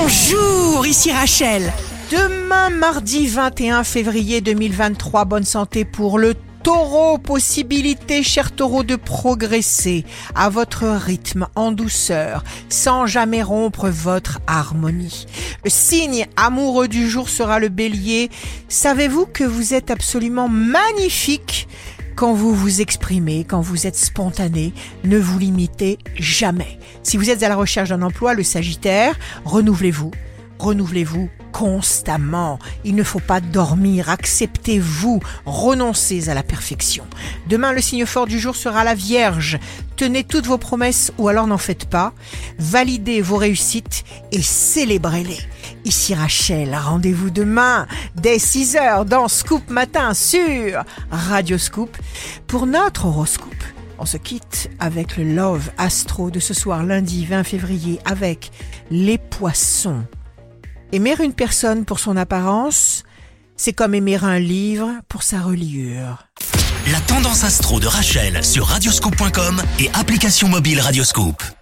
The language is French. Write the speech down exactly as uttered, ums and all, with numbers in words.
Bonjour, ici Rachel. Demain, mardi vingt et un février deux mille vingt-trois, bonne santé pour le Taureau. Possibilité, cher Taureau, de progresser à votre rythme, en douceur, sans jamais rompre votre harmonie. Le signe amoureux du jour sera le Bélier. Savez-vous que vous êtes absolument magnifique quand vous vous exprimez, quand vous êtes spontané? Ne vous limitez jamais. Si vous êtes à la recherche d'un emploi, le Sagittaire, renouvelez-vous. Renouvelez-vous constamment. Il ne faut pas dormir. Acceptez-vous. Renoncez à la perfection. Demain, le signe fort du jour sera la Vierge. Tenez toutes vos promesses ou alors n'en faites pas. Validez vos réussites et célébrez-les. Ici Rachel, rendez-vous demain dès six heures dans Scoop Matin sur Radio Scoop pour notre horoscope. On se quitte avec le Love Astro de ce soir lundi vingt février avec les Poissons. Aimer une personne pour son apparence, c'est comme aimer un livre pour sa reliure. La tendance astro de Rachel sur radioscoop point com et application mobile Radioscoop.